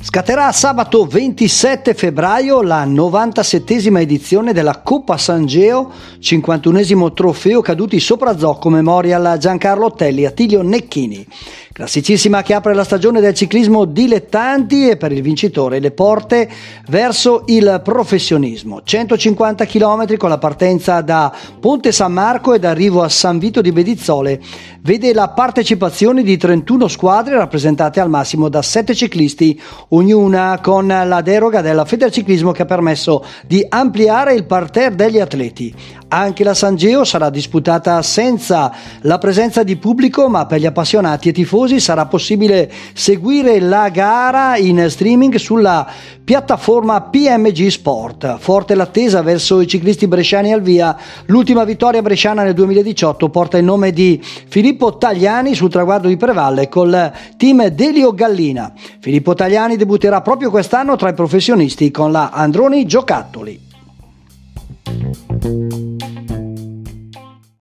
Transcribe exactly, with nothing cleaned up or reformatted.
Scatterà sabato ventisette febbraio la novantasettesima edizione della Coppa San Geo, cinquantunesimo trofeo caduti sopra Zocco Memorial Giancarlo Otelli Attilio Necchini. Classicissima che apre la stagione del ciclismo dilettanti e per il vincitore le porte verso il professionismo. centocinquanta chilometri con la partenza da Ponte San Marco ed arrivo a San Vito di Bedizzole vede la partecipazione di trentuno squadre rappresentate al massimo da sette ciclisti, ognuna con la deroga della Federciclismo che ha permesso di ampliare il parterre degli atleti. Anche la San Geo sarà disputata senza la presenza di pubblico, ma per gli appassionati e tifosi sarà possibile seguire la gara in streaming sulla piattaforma P M G Sport. Forte l'attesa verso i ciclisti bresciani al via. L'ultima vittoria bresciana nel duemiladiciotto porta il nome di Filippo Tagliani sul traguardo di Prevalle col team Delio Gallina. Filippo Tagliani debutterà proprio quest'anno tra i professionisti con la Androni Giocattoli.